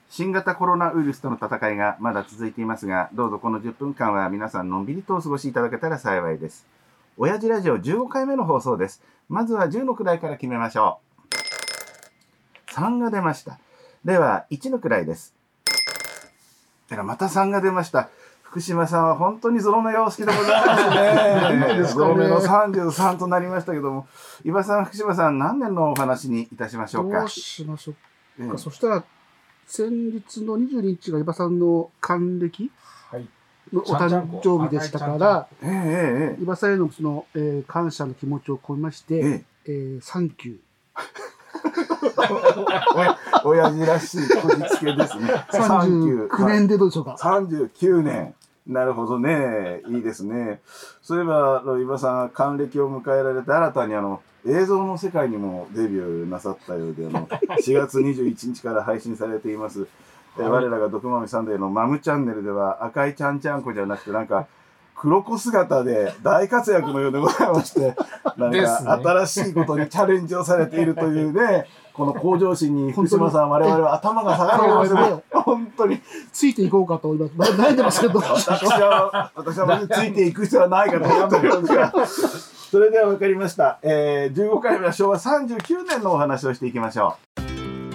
新型コロナウイルスとの戦いがまだ続いていますが、どうぞこの10分間は皆さんのんびりとお過ごしいただけたら幸いです。親父ラジオ15回目の放送です。まずは10の位から決めましょう。3が出ました。では1の位です。また3が出ました。福島さんは本当にゾロ目がお好きでございますね。ゾロ目の33となりましたけども、伊庭さん、福島さん、何年のお話にいたしましょうか。 どうしましょうか。そしたら、先日の22日が伊庭さんの還暦のお誕生日でしたから、伊庭さんへのその、感謝の気持ちを込めまして、サンキュー。 親父らしいこじつけですね。 39年でどうでしょうか。 39年。なるほどね。いいですね。そういえば、伊庭さん、還暦を迎えられて、新たに映像の世界にもデビューなさったようで、4月21日から配信されています。我らが毒豆サンデーのマムチャンネルでは、赤いちゃんちゃんこじゃなくて、なんか、黒子姿で大活躍のようでございまして、なんか新しいことにチャレンジをされているというね、この向上心に福島さん、我々は頭が下がるわけですね。本当に。 ついていこうかと思います。悩んでますけど。 私はついていく必要はないかと思っておりますが。それでは分かりました。15回目は昭和39年のお話をしていきましょう。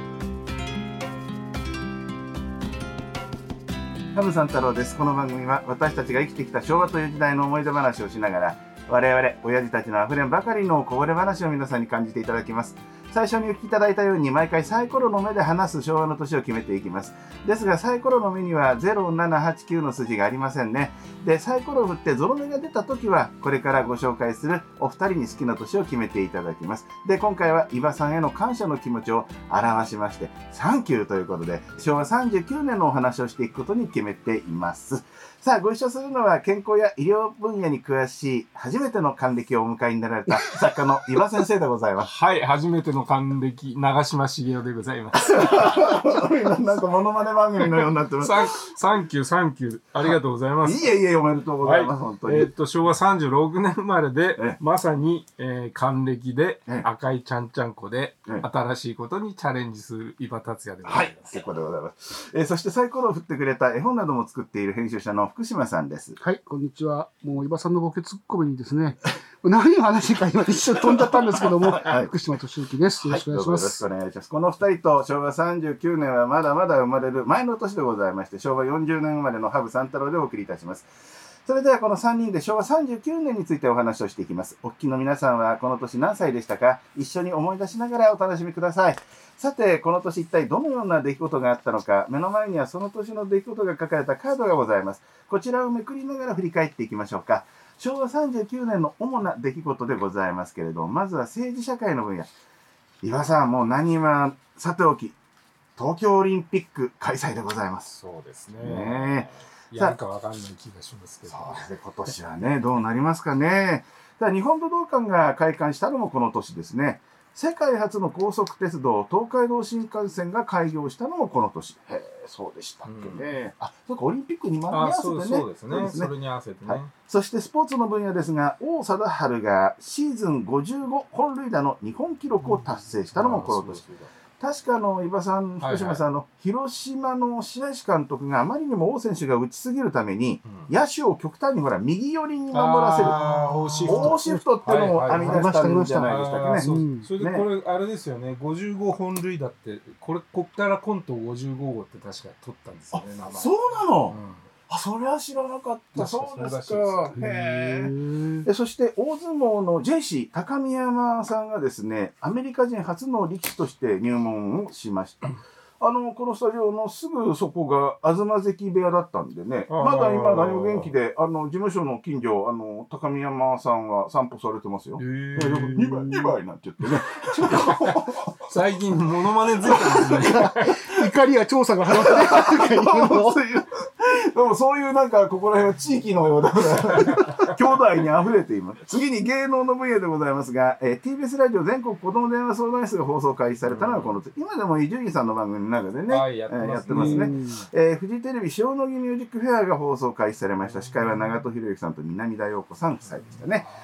ハムさん太郎です。この番組は私たちが生きてきた昭和という時代の思い出話をしながら、我々親父たちのあふれんばかりのこぼれ話を皆さんに感じていただきます。最初にお聞きいただいたように毎回サイコロの目で話す昭和の年を決めていきます。ですがサイコロの目には0、7、8、9の数字がありませんね。で、サイコロを振ってゾロ目が出た時はこれからご紹介するお二人に好きな年を決めていただきます。で、今回は伊庭さんへの感謝の気持ちを表しましてサンキューということで昭和39年のお話をしていくことに決めています。さあ、ご一緒するのは健康や医療分野に詳しい初めての還暦をお迎えになられた作家の伊庭先生でございます。 はい、初めての還暦、長嶋茂雄でございます。 なんかモノマネ番組のようになってます。 サンキュー、ありがとうございます。 いえいえ、おめでとうございます、本当に。 昭和36年生まれで、まさに、還暦で、赤いちゃんちゃんこで、新しいことにチャレンジする伊庭達也でございます。はい、 結構でございます。そしてサイコロを振ってくれた絵本なども作っている編集者の福島さんです。 はい、こんにちは。もう伊庭さんのボケツッコミにですね、何を話か今一瞬飛んじゃったんですけども、福島俊之です。よろしくお願いします。 よろしくお願いします。この二人と昭和39年はまだまだ生まれる前の年でございまして、昭和40年生まれの羽生三太郎でお送りいたします。それではこの3人で昭和39年についてお話をしていきます。お聞きの皆さんはこの年何歳でしたか？一緒に思い出しながらお楽しみください。さて、この年一体どのような出来事があったのか、目の前にはその年の出来事が書かれたカードがございます。こちらをめくりながら振り返っていきましょうか。昭和39年の主な出来事でございますけれども、まずは政治社会の分野。伊庭さん、もう何はさておき、東京オリンピック開催でございます。 そうですね。やるかわかんない気がしますけど。 そうですね、今年はね、どうなりますかね。ただ日本武道館が開館したのもこの年ですね。世界初の高速鉄道、東海道新幹線が開業したのもこの年。へえ、そうでしたっけね。そうか、オリンピックに合わせてね。 そうですね。それに合わせてね。 そしてスポーツの分野ですが、王貞治がシーズン55本塁打の日本記録を達成したのもこの年。確か伊庭さん、福島さん、広島の白石監督があまりにも王選手が打ちすぎるために、野手を極端に右寄りに守らせる。 王シフトっていうのを編み出したんじゃないでしたっけね。 それでこれ、あれですよね、55本塁打って、こっからコント55号って確か取ったんですよね、名前。 そうなの？それは知らなかった。そうですか。そして大相撲の JC 高見山さんがですね、アメリカ人初の力士として入門をしました。このスタジオのすぐそこが東関部屋だったんでね、まだ今何も元気で、事務所の近所、高見山さんは散歩されてますよ。2倍なんて言ってね。 最近モノマネついてますね。 怒りや調査が始まってね。 でもそういうなんかここら辺は地域のような兄弟に溢れています。次に芸能の分野でございますが、TBS ラジオ全国子ども電話相談室が放送開始されたのはこの今でも伊集院さんの番組の中でね、やってますね。フジテレビ塩野義ミュージックフェアが放送開始されました。司会は長門博之さんと南田陽子さん夫妻でしたね。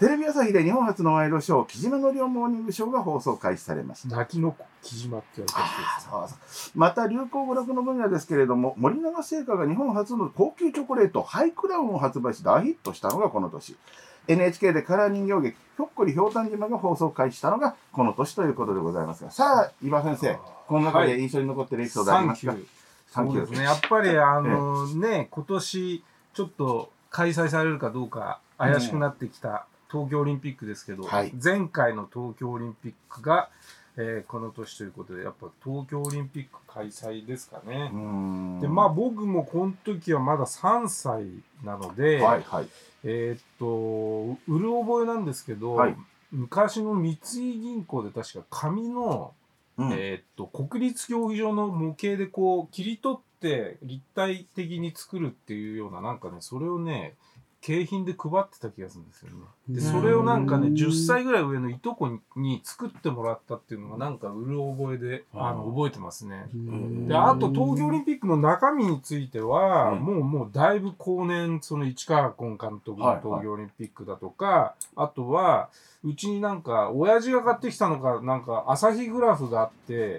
テレビ朝日で日本初のワイドショー、木島のりおモーニングショーが放送開始されました。 泣きの木島って言われた人です。 また流行語録の分野ですけれども、森永製菓が日本初の高級チョコレート、ハイクラウンを発売し大ヒットしたのがこの年。NHK でカラー人形劇、ひょっこりひょうたん島が放送開始したのがこの年ということでございますが、さあ、伊庭先生、この中で印象に残っているエピソードありますか？ そうですね。やっぱりね、今年ちょっと開催されるかどうか怪しくなってきた東京オリンピックですけど、前回の東京オリンピックが、この年ということで、やっぱ東京オリンピック開催ですかね。で、まあ僕もこの時はまだ3歳なので、うる覚えなんですけど、昔の三井銀行で確か紙の、国立競技場の模型でこう切り取って立体的に作るっていうようななんかね、それをね、景品で配ってた気がするんですよね。で、それをなんかね、10歳ぐらい上のいとこに作ってもらったっていうのがなんかうる覚えで、覚えてますね。で、あと東京オリンピックの中身については、もうだいぶ後年、その市川崑監督の東京オリンピックだとか、あとは、うちになんか、親父が買ってきたのか、なんか、朝日グラフがあって、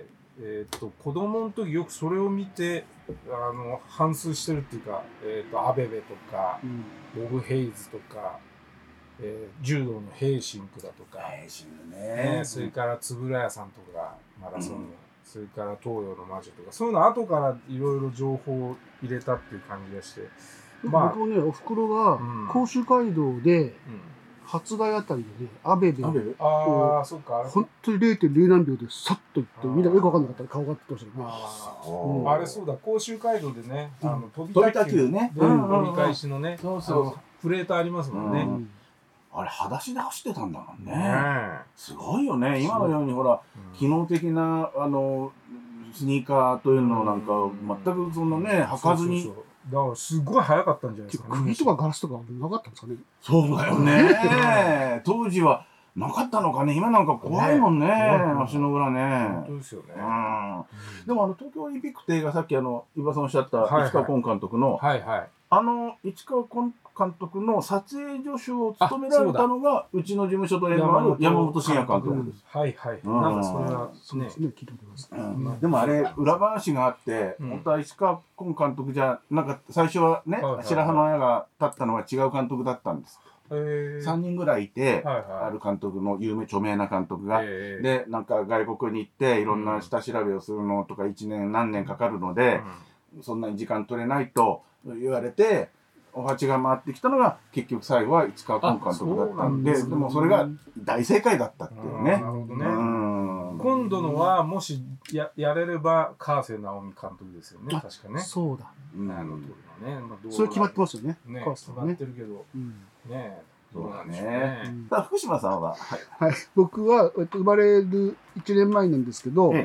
子供の時よくそれを見て、反芻してるっていうか、アベベとか、ボブ・ヘイズとか、柔道のヘイシンクだとか、それから円谷さんとか、マラソンの、それから東洋の魔女とか、そういうの後からいろいろ情報を入れたっていう感じがして。 まあ、僕もね、おふくろが甲州街道で、初台あたりでね、アベベを本当に 0.0 何秒でさっと行って、みんなよくわかんなかったら顔がってましたよね。 あれそうだ、甲州街道でね、飛び田急ね、 折り返しのね、プレートありますもんね。 あれ、裸足で走ってたんだもんね。すごいよね。今のようにほら、機能的な、スニーカーというのなんか、全くそんなね、履かずに。 だからすごい早かったんじゃないですかね。 釘とかガラスとかなかったんですかね。 そうだよね。当時はなかったのかね。今なんか怖いもんね。足の裏ね。 本当ですよね。 でも東京オリンピックって映画、さっき伊庭さんおっしゃった市川崑監督の、市川崑監督の撮影助手を務められたのが、うちの事務所と縁のある山本慎也監督です。 なんかそれはね、聞いてます。 でもあれ、裏話があって、本当は石川崑監督じゃ、なんか最初はね、白羽の矢が立ったのは違う監督だったんです。3人ぐらいいて、ある監督の著名な監督が、で、なんか外国に行って、いろんな下調べをするのとか1年何年かかるので、そんなに時間取れないと言われて、お鉢が回ってきたのが結局最後は市川崑監督だったんで、でもそれが大正解だったっていうね。なるほどね。 今度のはもしやれれば川瀬直美監督ですよね、確かね。 そうだ。 それ決まってますよね。 決まってるけど。ね、 そうだね。さあ福島さんは、 はい、僕は生まれる1年前なんですけど、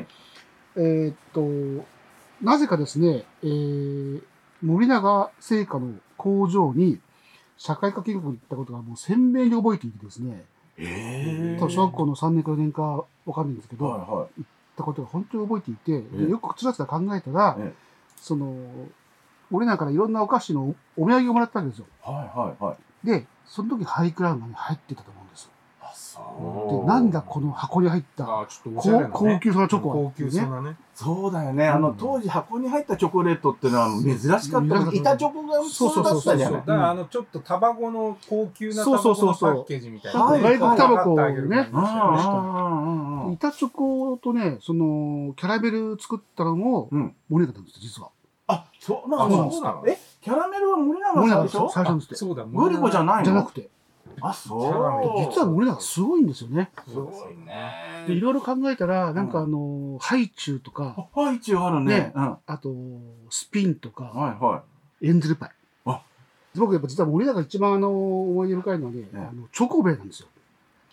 なぜかですね、森永製菓の工場に社会科見学に行ったことがもう鮮明に覚えていてですね、小学校の3年か4年かわかんないんですけど、行ったことが本当に覚えていて、よくつらつら考えたら、その、森永からいろんなお菓子のお土産をもらったわけですよ。で、その時ハイクラウンがね、入ってたと思うんですよ。で、なんだこの箱に入った高級そうなチョコは、 ね。 そうだよね。当時箱に入ったチョコレートっていうのは珍しかった。板チョコが普通だったじゃない。 だからちょっとタバコの高級なタバコのパッケージみたいな。 外国タバコをね。板チョコとね、その、キャラメル作ったのも森永なんです、実は。 あ、そうなの？キャラメルは森永最初？ 最初ですって。 そうだ、 グリコじゃないの？ じゃなくて。 あ、そう。 実は森永すごいんですよね。 すごいね。 で、いろいろ考えたら、なんかハイチュウとか。 ハイチュウあるね。 あと、スピンとか。エンゼルパイ。僕やっぱ実は森永一番思い出深いのはね、チョコベイなんですよ。 チ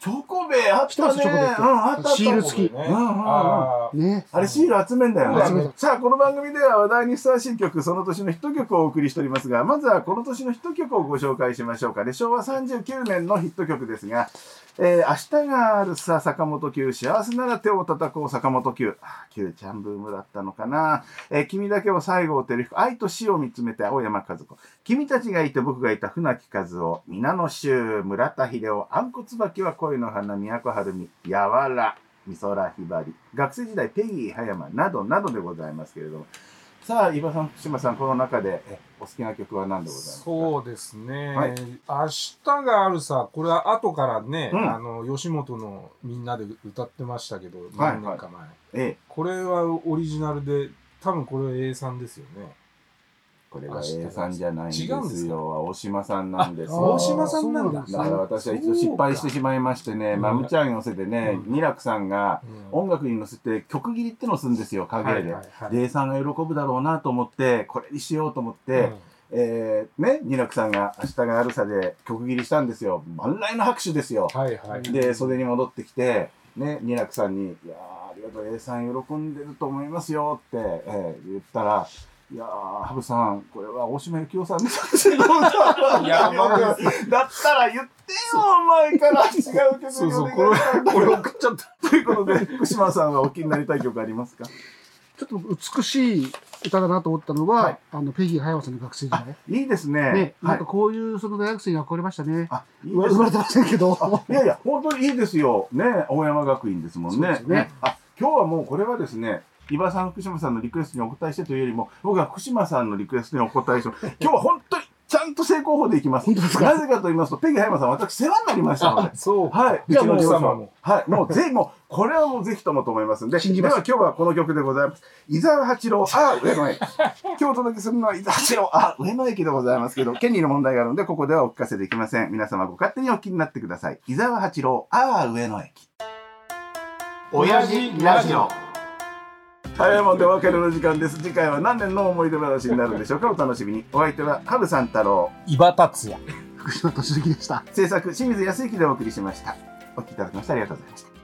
チョコベあったね。あった。 シール付き。 あれシール集めんだよね。さあ、この番組では話題にふさわしい曲、その年のヒット曲をお送りしておりますが、まずはこの年のヒット曲をご紹介しましょうかね。昭和39年のヒット曲ですが、明日があるさ、坂本九、幸せなら手を叩こう、坂本九。九ちゃんブームだったのかな。君だけを西郷輝彦、愛と死を見つめて青山和子。君たちがいて僕がいた船木和夫、皆野秀、村田秀夫、あんこ椿は恋の花、都はるみ、やわら、美空ひばり、学生時代ペギー葉山などなどでございますけれども。さあ、伊庭さん、福島さん、この中でお好きな曲は何でございますか？ そうですね。はい、明日があるさ、これは後からね、吉本のみんなで歌ってましたけど、何年か前。これはオリジナルで、多分これは A さんですよね。 これが A さんじゃないんですよ。大島さんなんですよ。 大島さんなんだ。 だから私は一度失敗してしまいましてね、マムちゃん寄せでね、二楽さんが音楽に乗せて曲切りってのをするんですよ、影で。で、A さんが喜ぶだろうなと思って、これにしようと思って、二楽さんが明日があるさで曲切りしたんですよ。万来の拍手ですよ。で、袖に戻ってきて、ね、二楽さんに、いやー、ありがとう、A さん喜んでると思いますよって、言ったら、いやー、羽生さん、これは大島幸雄さんの作詞の歌だったら言ってよ、お前から違う曲そうそう、これ送っちゃった。 ということで、福島さんはお気になりたい曲ありますか？ ちょっと美しい歌だなと思ったのは、ペギー葉山さんの学生時代。 いいですね。 なんかこういうその大学生に憧れましたね。生まれてませんけど。 いやいや、本当にいいですよ。ね、青山学院ですもんね。今日はもうこれはですね、伊庭さん、福島さんのリクエストにお答えしてというよりも、僕は福島さんのリクエストにお答えして、今日は本当にちゃんと正攻法でいきます。なぜかと言いますと、ペギー葉山さん、私世話になりましたので。 そう。 はい。うちの奥様も。はい。もうぜひ、これはもうぜひともと思いますんで。では今日はこの曲でございます。伊沢八郎、上野駅。今日お届けするのは伊沢八郎、上野駅でございますけど、権利の問題があるので、ここではお聞かせできません。皆様ご勝手にお聞きになってください。伊沢八郎、上野駅。親父ラジオ。早いもんでお別れの時間です。次回は何年の思い出話になるんでしょうか。お楽しみに。お相手は羽生三太郎、 伊庭達也、 福島敏之でした。 制作清水康之でお送りしました。お聞きいただきましてありがとうございました。